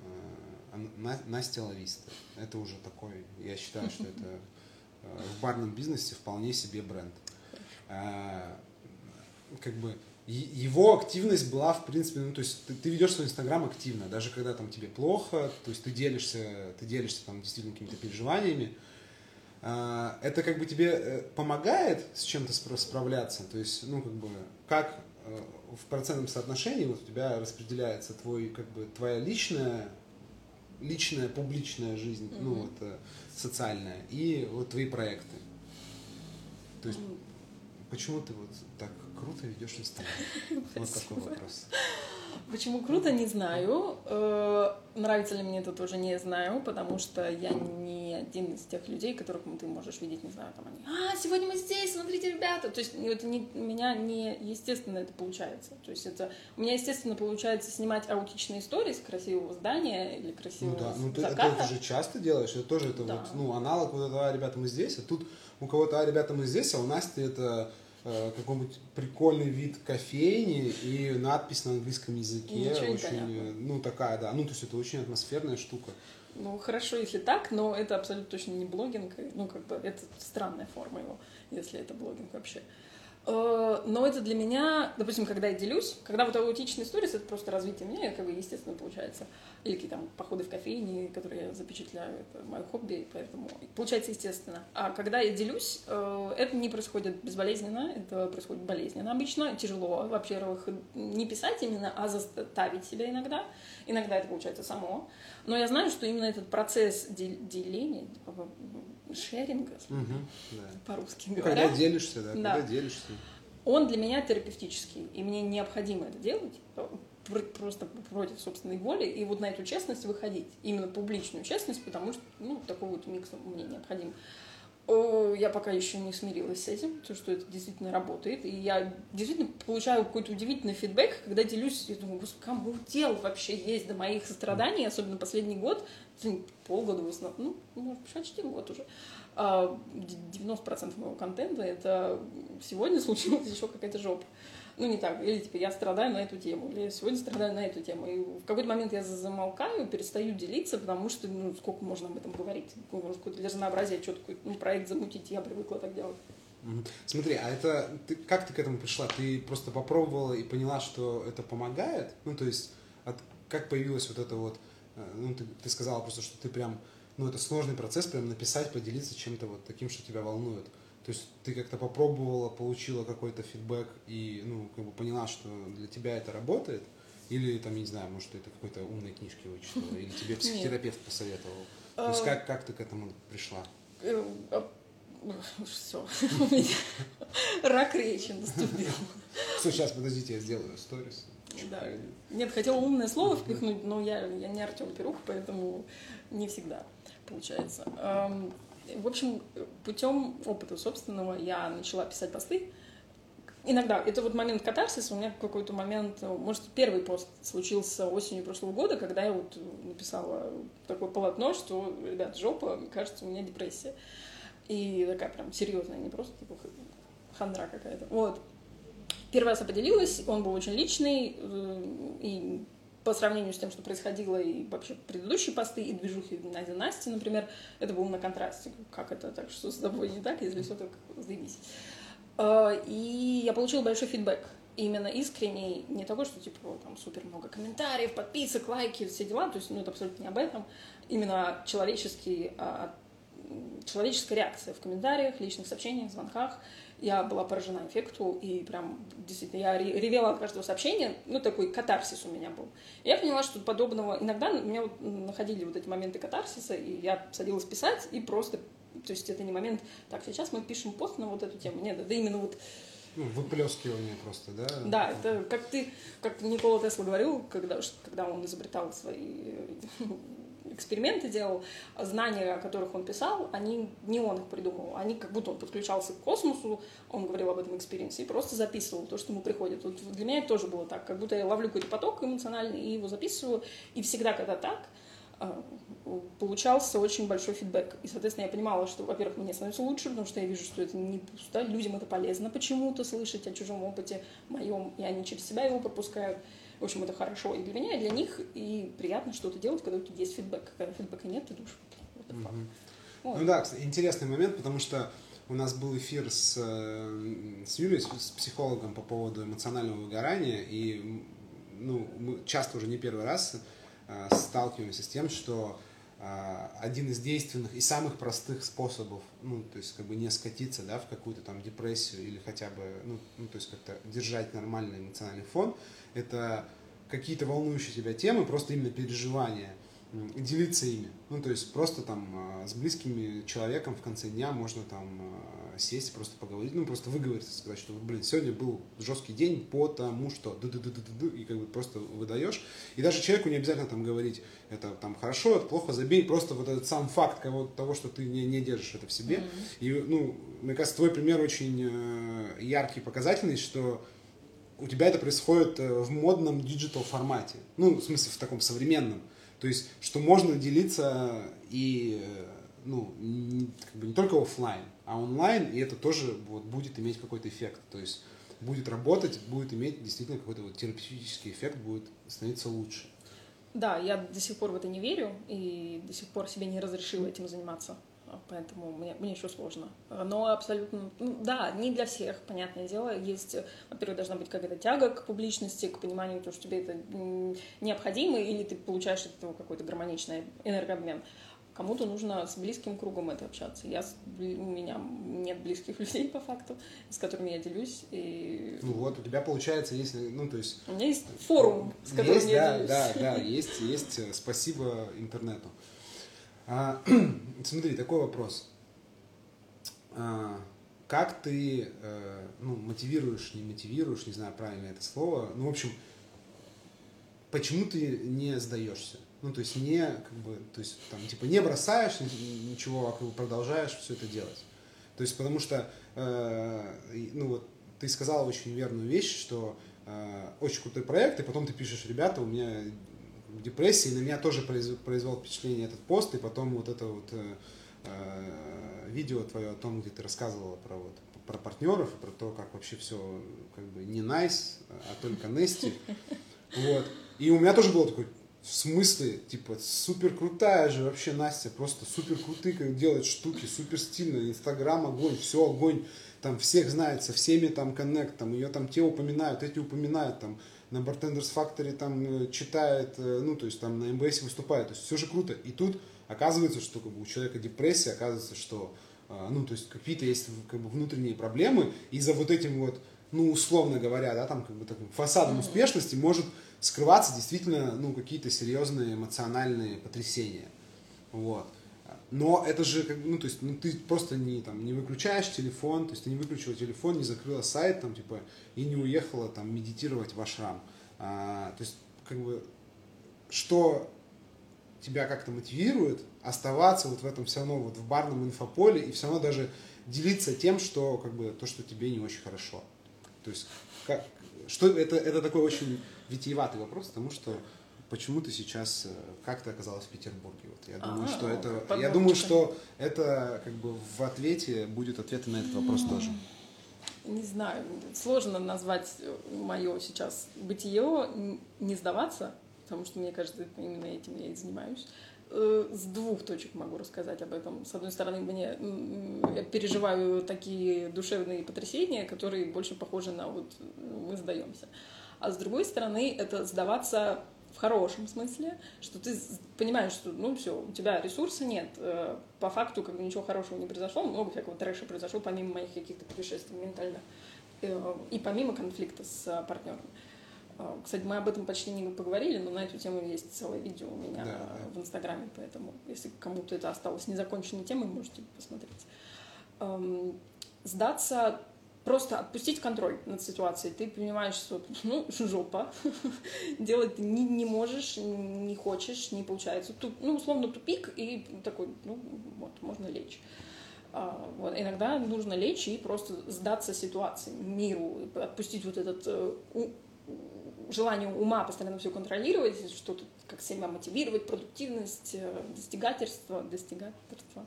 Настя Лависта. Это уже такой, я считаю, что это в барном бизнесе вполне себе бренд. Как бы его активность была, в принципе, ну, то есть ты, ты ведешь свой Инстаграм активно, даже когда там тебе плохо, то есть ты делишься, ты делишься там действительно какими-то переживаниями. Это как бы тебе помогает с чем-то справляться, то есть, ну, как бы, как в процентном соотношении вот у тебя распределяется твой, как бы, твоя личная личная, публичная жизнь, mm-hmm. ну вот, социальная, и вот твои проекты. То есть, mm-hmm. почему ты вот так круто ведешь Инстаграм? Вот такой вопрос. Почему круто, не знаю. Нравится ли мне это тоже не знаю, потому что я не один из тех людей, которых ты можешь видеть, не знаю, там они, а, сегодня мы здесь, смотрите, ребята. То есть это не, у меня не естественно это получается. То есть это у меня естественно получается снимать аутичные истории с красивого здания или красивого ну, да. ну, ты, заката. Это же часто делаешь, это тоже это да. вот, ну, аналог вот этого, а, ребята, мы здесь, а тут у кого-то, а, ребята, мы здесь, а у Насти это какой-нибудь прикольный вид кофейни и надпись на английском языке. Очень, ну, такая, да. Ну, то есть это очень атмосферная штука. Ну, хорошо, если так, но это абсолютно точно не блогинг. Ну, как бы, это странная форма его, если это блогинг вообще. Но это для меня, допустим, когда я делюсь, когда вот аутичные сторис, это просто развитие меня, как бы, естественно, получается. Или какие-то там походы в кофейни, которые я запечатляю, это мое хобби, поэтому получается естественно. А когда я делюсь, это не происходит безболезненно, это происходит болезненно обычно, тяжело, во-первых, не писать именно, а заставить себя иногда. Иногда это получается само. Но я знаю, что именно этот процесс деления, шеринга, угу, да. по-русски ну, говоря. Когда делишься, да, да. когда делишься. Он для меня терапевтический, и мне необходимо это делать, просто против собственной воли, и вот на эту честность выходить, именно публичную честность, потому что, ну, такой вот микс мне необходим. Я пока еще не смирилась с этим, то, что это действительно работает, и я действительно получаю какой-то удивительный фидбэк, когда делюсь, я думаю, господи, кому дел вообще есть до моих состраданий, особенно последний год, полгода в основном, ну, может, почти год уже, девяносто процентов моего контента, это сегодня случилась еще какая-то жопа. ну не так, или типа я страдаю на эту тему, или я сегодня страдаю на эту тему. И в какой-то момент я замолкаю, перестаю делиться, потому что, ну, сколько можно об этом говорить? Может, какое-то для разнообразия что-то, ну, проект замутить, я привыкла так делать. Смотри, а это ты, как ты к этому пришла? Ты просто попробовала и поняла, что это помогает? Ну, то есть, от, как появилась вот это вот, ну, ты, ты сказала просто, что ты прям, ну, это сложный процесс, прям написать, поделиться чем-то вот таким, что тебя волнует. То есть, ты как-то попробовала, получила какой-то фидбэк и, ну, как бы поняла, что для тебя это работает? Или, там, я не знаю, может, ты это какой-то умной книжки вычитала, или тебе психотерапевт посоветовал? То есть, как, как ты к этому пришла? Все, у меня рак речи наступил. Что, сейчас, подождите, я сделаю сторис. Да. Нет, хотела умное слово впихнуть, но я, я не Артем Пирух, поэтому не всегда получается. В общем, путем опыта собственного я начала писать посты. Иногда, это вот момент катарсиса, у меня в какой-то момент, может, первый пост случился осенью прошлого года, когда я вот написала такое полотно, что, ребят, жопа, мне кажется, у меня депрессия. И такая прям серьезная, не просто типа хандра какая-то. Вот. Первый раз я поделилась, он был очень личный, и по сравнению с тем, что происходило и вообще предыдущие посты, и движухи Нади Насти, например, это было на контрасте. Как это так, что с тобой не так, если все так заебись. И я получила большой фидбэк. Именно искренний, не такой, что типа там супер много комментариев, подписок, лайки, все дела, то есть, ну, это абсолютно не об этом. Именно человеческий, человеческая реакция в комментариях, личных сообщениях, звонках. Я была поражена эффекту, и прям действительно я ревела от каждого сообщения, ну такой катарсис у меня был. И я поняла, что подобного иногда у меня вот находили вот эти моменты катарсиса, и я садилась писать, и просто, то есть это не момент, так, сейчас мы пишем пост на вот эту тему, нет, это именно вот... Ну, выплескивание просто, да? Да, это как ты, как Никола Тесла говорил, когда, когда он изобретал свои... эксперименты делал, знания, о которых он писал, они не он их придумал, они как будто он подключался к космосу, он говорил об этом экспириенсе и просто записывал то, что ему приходит. Вот для меня это тоже было так, как будто я ловлю какой-то поток эмоциональный и его записываю, и всегда, когда так, получался очень большой фидбэк. И, соответственно, я понимала, что, во-первых, мне становится лучше, потому что я вижу, что это не пусто, людям это полезно почему-то слышать о чужом опыте моем, и они через себя его пропускают. В общем, это хорошо и для меня, и для них, и приятно что-то делать, когда у тебя есть фидбэк. Когда фидбэка нет, ты думаешь, what the fuck. Mm-hmm. Вот. Ну да, кстати, интересный момент, потому что у нас был эфир с, с Юлей, с психологом по поводу эмоционального выгорания, и ну, мы часто уже не первый раз э, сталкиваемся с тем, что э, один из действенных и самых простых способов, ну, то есть как бы не скатиться, да, в какую-то там депрессию или хотя бы, ну, ну то есть как-то держать нормальный эмоциональный фон, это какие-то волнующие тебя темы, просто именно переживания, делиться ими. Ну, то есть просто там с близким человеком в конце дня можно там сесть, просто поговорить, ну, просто выговориться, сказать, что, блин, сегодня был жесткий день, потому что, и как бы просто выдаешь. И даже человеку не обязательно там говорить, это там хорошо, это плохо, забей, просто вот этот сам факт того, что ты не, не держишь это в себе. Mm-hmm. И, ну, мне кажется, твой пример очень яркий, показательный, что у тебя это происходит в модном диджитал формате. Ну, в смысле, в таком современном. То есть, что можно делиться и, ну, не, как бы не только офлайн, а онлайн, и это тоже вот, будет иметь какой-то эффект. То есть, будет работать, будет иметь действительно какой-то вот терапевтический эффект, будет становиться лучше. Да, я до сих пор в это не верю, и до сих пор себе не разрешила этим заниматься. Поэтому мне, мне еще сложно. Но абсолютно, ну, да, не для всех, понятное дело. Есть, во-первых, должна быть какая-то тяга к публичности, к пониманию того, что тебе это необходимо, или ты получаешь от этого какой-то гармоничный энергообмен. Кому-то нужно с близким кругом это общаться. Я, у меня нет близких людей, по факту, с которыми я делюсь. И... Ну вот, у тебя получается, если, ну, то есть... У меня есть форум, с которым есть, я да, делюсь. Да, да, есть, есть, спасибо интернету. А, смотри, такой вопрос. А, как ты э, ну, мотивируешь, не мотивируешь, не знаю, правильно это слово, ну, в общем, почему ты не сдаешься? Ну, то есть, не, как бы, то есть, там, типа, не бросаешь ничего, а как бы продолжаешь все это делать. То есть, потому что, э, ну, вот, ты сказала очень верную вещь, что э, очень крутой проект, и потом ты пишешь, ребята, у меня... депрессии, на меня тоже произвел впечатление этот пост, и потом вот это вот э, видео твое о том, где ты рассказывала про, вот, про партнеров, про то, как вообще все как бы не nice, а только nasty. Вот. И у меня тоже было такое, в смысле, типа, супер крутая же вообще Настя, просто супер крутые, как делает штуки, супер стильно, Инстаграм огонь, все огонь, там всех знает, со всеми там коннект, там ее там те упоминают, эти упоминают, там на Bartenders Factory там читает, ну, то есть там на эм бэ эс выступает, то есть все же круто. И тут оказывается, что как бы, у человека депрессия, оказывается, что, ну, то есть какие-то есть как бы внутренние проблемы, и за вот этим вот, ну, условно говоря, да, там как бы таким фасадом успешности может скрываться действительно, ну, какие-то серьезные эмоциональные потрясения. Вот. Но это же, ну, то есть, ну, ты просто не, там, не выключаешь телефон, то есть ты не выключила телефон, не закрыла сайт, там, типа, и не уехала там медитировать в ашрам. А, то есть, как бы, что тебя как-то мотивирует оставаться вот в этом все равно вот в барном инфополе и все равно даже делиться тем, что, как бы, то, что тебе не очень хорошо. То есть, как, что это, это такой очень витиеватый вопрос, потому что почему ты сейчас, как ты оказалась в Петербурге? Вот я думаю, А-а-а, что это, подводка. я думаю, что это как бы в ответе будет ответ на этот вопрос тоже. Не знаю, сложно назвать мое сейчас бытие, не сдаваться, потому что, мне кажется, именно этим я и занимаюсь. С двух точек могу рассказать об этом. С одной стороны, мне, я переживаю такие душевные потрясения, которые больше похожи на вот мы сдаемся. А с другой стороны, это сдаваться в хорошем смысле, что ты понимаешь, что ну все, у тебя ресурса нет. По факту как бы ничего хорошего не произошло, много всякого трэша произошло, помимо моих каких-то путешествий ментальных и помимо конфликта с партнером. Кстати, мы об этом почти не поговорили, но на эту тему есть целое видео у меня да. в Инстаграме, поэтому если кому-то это осталось незаконченной темой, можете посмотреть. Эм, сдаться, просто отпустить контроль над ситуацией. Ты понимаешь, что ну, жопа, делать ты не, не можешь, не хочешь, не получается. Туп, ну, условно, тупик, и такой, ну, вот, можно лечь. А, вот, иногда нужно лечь и просто сдаться ситуации, миру, отпустить вот этот... Uh, желание ума постоянно все контролировать, что-то как себя мотивировать, продуктивность, достигательство, достигательство,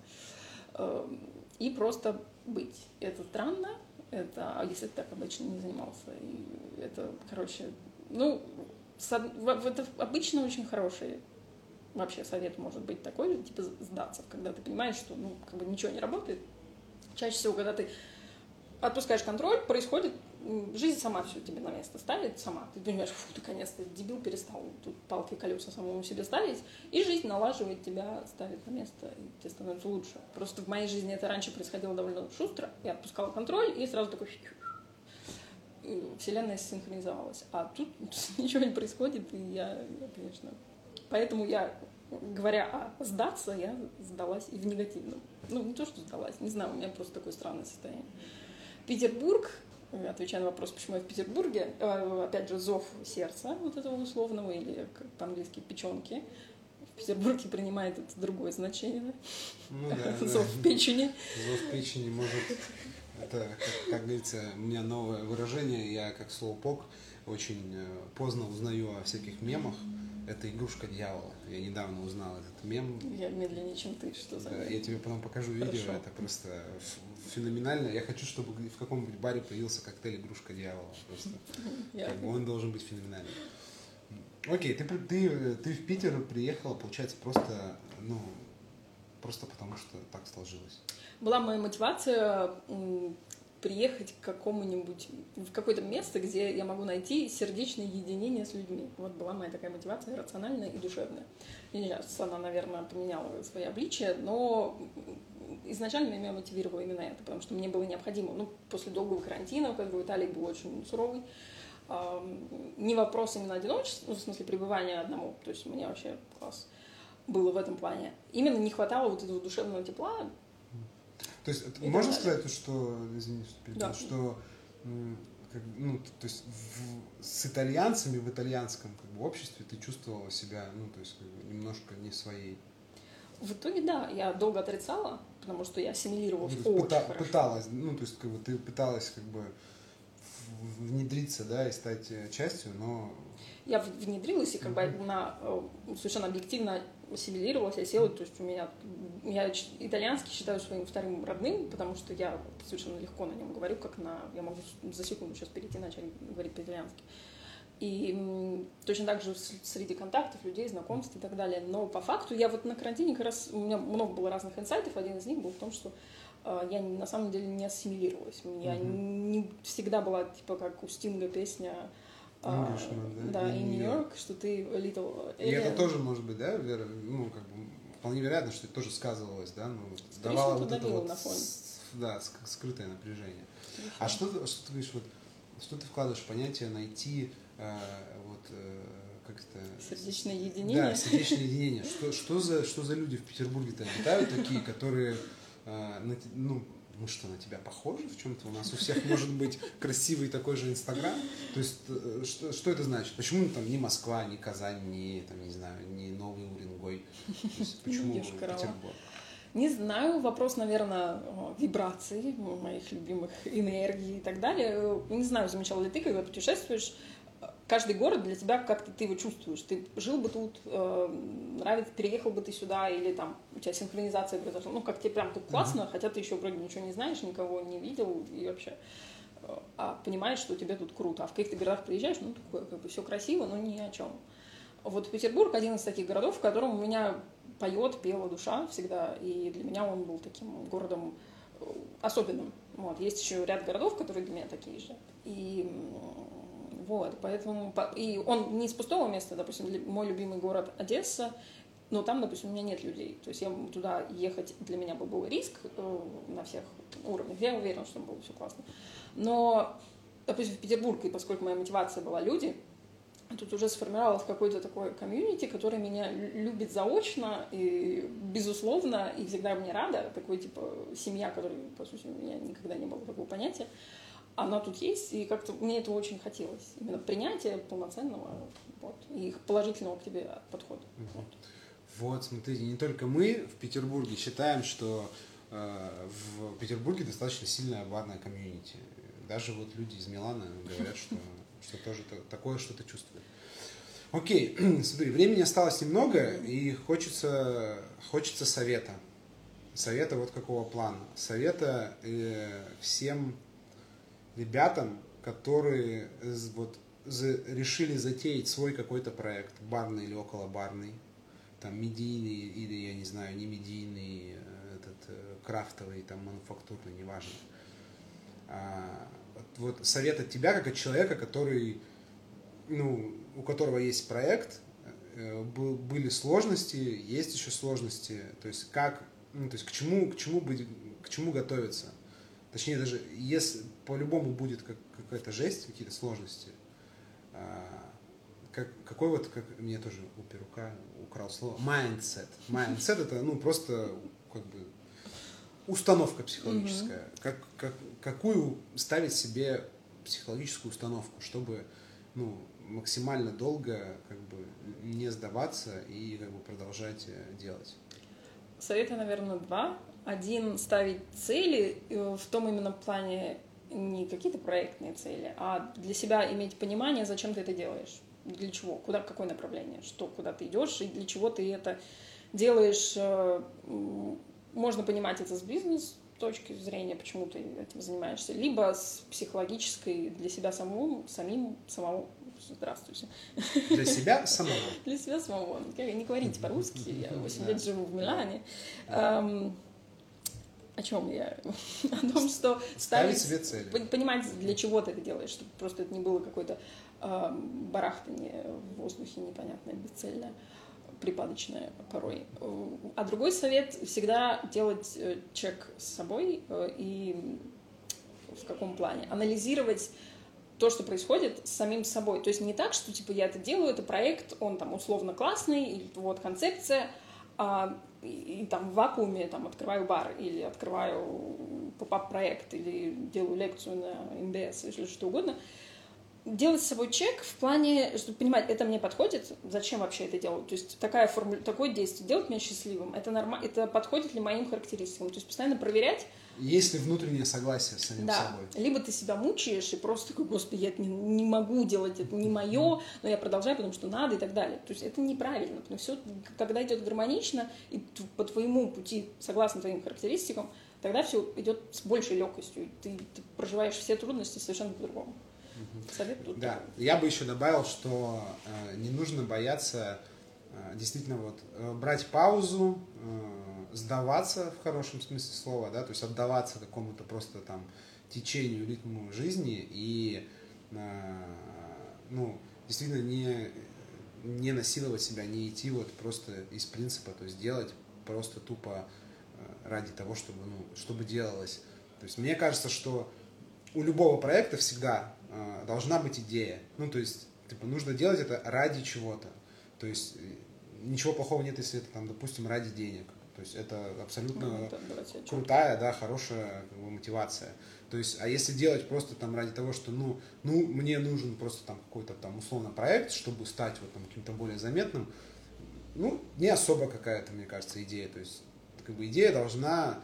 и просто быть. Это странно, это, если ты так обычно не занимался, и это, короче, ну, это обычно очень хороший вообще совет может быть такой, типа сдаться, когда ты понимаешь, что, ну, как бы ничего не работает. Чаще всего, когда ты отпускаешь контроль, происходит, жизнь сама все тебе на место ставит, сама. Ты понимаешь, фу, наконец-то дебил перестал тут палки и колеса самому себе ставить, и жизнь налаживает тебя, ставит на место, и тебе становится лучше. Просто в моей жизни это раньше происходило довольно шустро, я отпускала контроль, и сразу такой... Вселенная синхронизовалась. А тут ничего не происходит, и я, я, конечно... Поэтому я, говоря о сдаться, я сдалась и в негативном. Ну, не то, что сдалась, не знаю, у меня просто такое странное состояние. Петербург, отвечая на вопрос, почему я в Петербурге, опять же, зов сердца вот этого условного, или как по-английски печенки. В Петербурге принимает это другое значение. Ну, да, зов да. печени. Зов печени может... Это, как, как говорится, у меня новое выражение, я как слоупок очень поздно узнаю о всяких мемах. Это игрушка дьявола. Я недавно узнал этот мем. Я медленнее, чем ты, что за да, я тебе потом покажу видео, Хорошо. Это просто феноменально. Я хочу, чтобы в каком-нибудь баре появился коктейль «Игрушка дьявола». Просто. Как бы он должен быть феноменальным. Окей, ты, ты, ты в Питер приехала, получается, просто, ну, просто потому что так сложилось. Была моя мотивация приехать к какому-нибудь, в какое-то место, где я могу найти сердечное единение с людьми. Вот была моя такая мотивация, рациональная и душевная. И сейчас она, наверное, поменяла свои обличия, но изначально меня мотивировало именно это, потому что мне было необходимо, ну, после долгого карантина, как бы в Италии был очень суровый, не вопрос именно одиночества, ну, в смысле пребывания одному, то есть мне вообще класс было в этом плане. Именно не хватало вот этого душевного тепла. То есть и можно сказать, что, извини, что, перебил, да. что как, ну, то есть в, с итальянцами в итальянском как бы, обществе ты чувствовала себя, ну, то есть как бы, немножко не своей. В итоге, да, я долго отрицала, потому что я ассимилировалась ну, очень пыта, хорошо. Пыталась, ну, то есть как бы ты пыталась как бы внедриться, да, и стать частью, но... Я внедрилась, и как бы на совершенно объективно ассимилировалась, я села, то есть у меня, я итальянский считаю своим вторым родным, потому что я совершенно легко на нем говорю, как на, я могу за секунду сейчас перейти, начать говорить по-итальянски. И м, точно так же среди контактов, людей, знакомств и так далее. Но по факту я вот на карантине как раз, у меня много было разных инсайтов, один из них был в том, что э, я на самом деле не ассимилировалась. Я mm-hmm. не всегда была, типа, как у Стинга песня Englishman, да, да, и Нью-Йорк, что ты little... И это тоже может быть, да, Вера, ну, как бы, вполне вероятно, что это тоже сказывалось, да, ну, давало вот это вот, с, да, скрытое напряжение. Скорее а что, что ты говоришь, вот, что ты вкладываешь в понятие найти, э, вот, э, как это... Сердечное единение? Да, сердечное единение. Что, что, за, что за люди в Петербурге-то обитают такие, которые, э, ну, мы что, на тебя похожи в чем-то? У нас у всех может быть красивый такой же Инстаграм. То есть, что, что это значит? Почему там ни Москва, ни Казань, ни, там, не знаю, ни Новый Уренгой? То есть, почему Петербург? Не знаю, вопрос, наверное, вибраций, моих любимых энергий и так далее. Не знаю, замечала ли ты, когда путешествуешь, каждый город для тебя как-то ты его чувствуешь. Ты жил бы тут, э, нравится, переехал бы ты сюда, или там у тебя синхронизация произошла. Ну, как тебе прям тут классно, mm-hmm. хотя ты еще вроде ничего не знаешь, никого не видел и вообще. А понимаешь, что тебе тут круто. А в каких-то городах приезжаешь, ну, такое, как бы все красиво, но ни о чем. Вот Петербург один из таких городов, в котором у меня поет, пела душа всегда, и для меня он был таким городом особенным. Вот. Есть еще ряд городов, которые для меня такие же. И вот, поэтому... И он не из пустого места, допустим, мой любимый город Одесса, но там, допустим, у меня нет людей. То есть я туда ехать для меня бы был риск на всех уровнях. Я уверена, что там было все классно. Но, допустим, в Петербург, и поскольку моя мотивация была люди, тут уже сформировалось какое-то такое комьюнити, которое меня любит заочно и безусловно, и всегда мне рада. Такой, типа, семья, которой, по сути, у меня никогда не было такого понятия. Она тут есть, и как-то мне это очень хотелось. Именно принятие полноценного, вот, и их положительного к тебе подхода. Угу. Вот. Вот, смотрите, не только мы в Петербурге считаем, что э, в Петербурге достаточно сильная барная комьюнити. Даже вот люди из Милана говорят, что, что тоже такое что-то чувствуют. Окей, смотри, времени осталось немного, и хочется, хочется совета. Совета вот какого плана? Совета э, всем ребятам, которые вот за, решили затеять свой какой-то проект, барный или околобарный, там медийный или, я не знаю, не медийный, этот, крафтовый, там, мануфактурный, неважно. А, вот совет от тебя, как от человека, который, ну, у которого есть проект, был, были сложности, есть еще сложности, то есть как, ну, то есть к чему, к чему быть, к чему готовиться. Точнее, даже если по-любому будет как, какая-то жесть, какие-то сложности, а, как, какой вот, как мне тоже у Перука украл слово, mindset. Mindset это, ну, просто как бы установка психологическая. Mm-hmm. Как, как, какую ставить себе психологическую установку, чтобы, ну, максимально долго как бы не сдаваться и как бы продолжать делать. Совета, наверное, два. Один — ставить цели в том именно плане, не какие-то проектные цели, а для себя иметь понимание, зачем ты это делаешь, для чего, куда, какое направление, что, куда ты идешь и для чего ты это делаешь. Можно понимать это с бизнес-точки зрения, почему ты этим занимаешься, либо с психологической для себя самому, самим, самого. Здравствуйте. Для себя самого. Для себя самого. Не говорите по-русски, я восемь лет живу в Милане. Эм, о чем я? О том, что ставить себе цели. Понимать, для чего ты это делаешь, чтобы просто это не было какое-то э, барахтание в воздухе непонятное, бесцельное, припадочное порой. А другой совет — всегда делать чек с собой и в каком плане? Анализировать то, что происходит с самим собой. То есть не так, что типа я это делаю, это проект, он там условно классный, или вот концепция, а, и, и там в вакууме там открываю бар, или открываю поп-ап проект, или делаю лекцию на эн бэ эс, или что угодно. делать с собой чек в плане, чтобы понимать, это мне подходит, зачем вообще это делать. То есть такая формула, такое действие делает меня счастливым, это, норма, это подходит ли моим характеристикам. То есть постоянно проверять. Есть ли внутреннее согласие с самим да. собой. Либо ты себя мучаешь и просто такой, господи, я это не, не могу делать, это не мое, но я продолжаю, потому что надо и так далее. То есть это неправильно. Но все, когда идет гармонично и по твоему пути, согласно твоим характеристикам, тогда все идет с большей легкостью. Ты, ты проживаешь все трудности совершенно по-другому. Совет тут. Да, я бы еще добавил, что э, не нужно бояться э, действительно вот э, брать паузу, э, сдаваться в хорошем смысле слова, да, то есть отдаваться какому-то просто там течению, ритму жизни и э, ну, действительно не, не насиловать себя, не идти вот просто из принципа, то есть делать просто тупо э, ради того, чтобы, ну, чтобы делалось. То есть мне кажется, что у любого проекта всегда э, должна быть идея. Ну, то есть, типа, нужно делать это ради чего-то. То есть, ничего плохого нет, если это, там, допустим, ради денег. То есть, это абсолютно ну, это, крутая, да, хорошая как бы, мотивация. То есть, а если делать просто там ради того, что, ну, ну мне нужен просто там какой-то там условно проект, чтобы стать вот там каким-то более заметным, ну, не особо какая-то, мне кажется, идея. То есть, как бы идея должна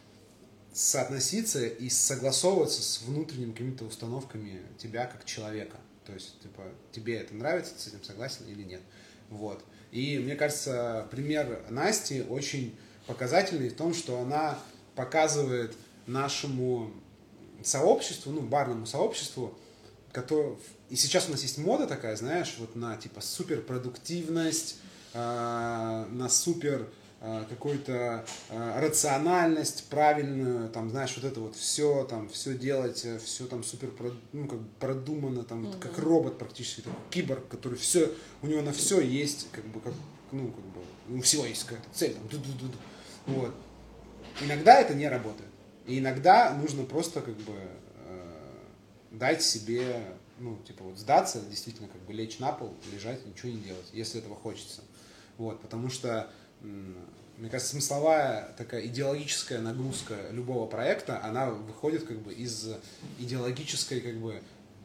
соотноситься и согласовываться с внутренними какими-то установками тебя как человека. То есть, типа, тебе это нравится, ты с этим согласен или нет. Вот. И мне кажется, пример Насти очень показательный в том, что она показывает нашему сообществу, ну, барному сообществу, который... и сейчас у нас есть мода такая, знаешь, вот на, типа, суперпродуктивность, э, на супер... какую-то э, рациональность правильную, там, знаешь, вот это вот все, там, все делать, все там супер, ну, как бы продумано, там, mm-hmm. как робот практически, такой киборг, который все, у него на все есть, как бы, как, ну, как бы, у всего есть какая-то цель, там, ду-ду-ду-ду. Вот. Иногда это не работает. И иногда нужно просто, как бы, э, дать себе, ну, типа, вот сдаться, действительно, как бы, лечь на пол, лежать, ничего не делать, если этого хочется. Вот, потому что мне кажется, смысловая такая идеологическая нагрузка любого проекта, она выходит как бы из идеологической как бы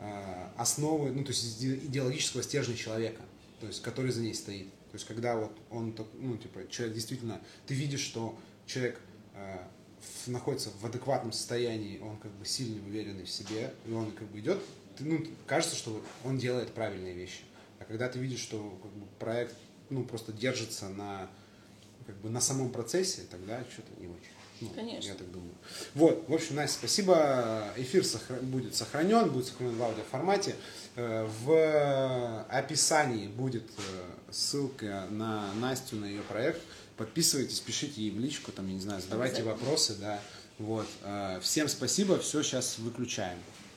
основы, ну то есть из идеологического стержня человека, то есть который за ней стоит. То есть когда вот он, ну типа человек действительно, ты видишь, что человек э, находится в адекватном состоянии, он как бы сильный, уверенный в себе, и он как бы идет, ты, ну кажется, что он делает правильные вещи. А когда ты видишь, что как бы, проект ну просто держится на как бы на самом процессе, тогда что-то не очень. Ну, конечно. Я так думаю. Вот, в общем, Настя, спасибо. Эфир сохран... будет сохранен, будет сохранен в аудиоформате. В описании будет ссылка на Настю, на ее проект. Подписывайтесь, пишите ей в личку, там, я не знаю, задавайте вопросы, да. Вот. Всем спасибо, все, сейчас выключаем.